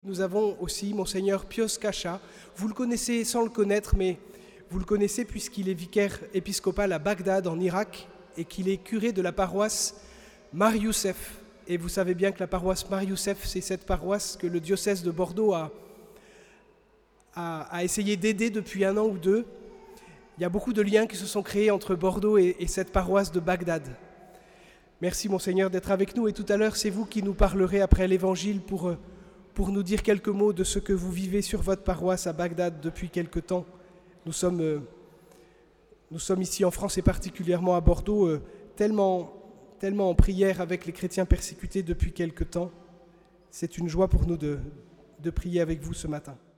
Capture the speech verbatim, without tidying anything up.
Nous avons aussi Monseigneur Pios Cacha. Vous le connaissez sans le connaître, mais vous le connaissez puisqu'il est vicaire épiscopal à Bagdad, en Irak, et qu'il est curé de la paroisse Mar Youssef. Et vous savez bien que la paroisse Mar Youssef, c'est cette paroisse que le diocèse de Bordeaux a, a, a essayé d'aider depuis un an ou deux. Il y a beaucoup de liens qui se sont créés entre Bordeaux et, et cette paroisse de Bagdad. Merci Monseigneur d'être avec nous, et tout à l'heure, c'est vous qui nous parlerez après l'Évangile pour... pour nous dire quelques mots de ce que vous vivez sur votre paroisse à Bagdad depuis quelque temps. Nous sommes, euh, nous sommes ici en France et particulièrement à Bordeaux, euh, tellement, tellement en prière avec les chrétiens persécutés depuis quelque temps. C'est une joie pour nous de, de prier avec vous ce matin.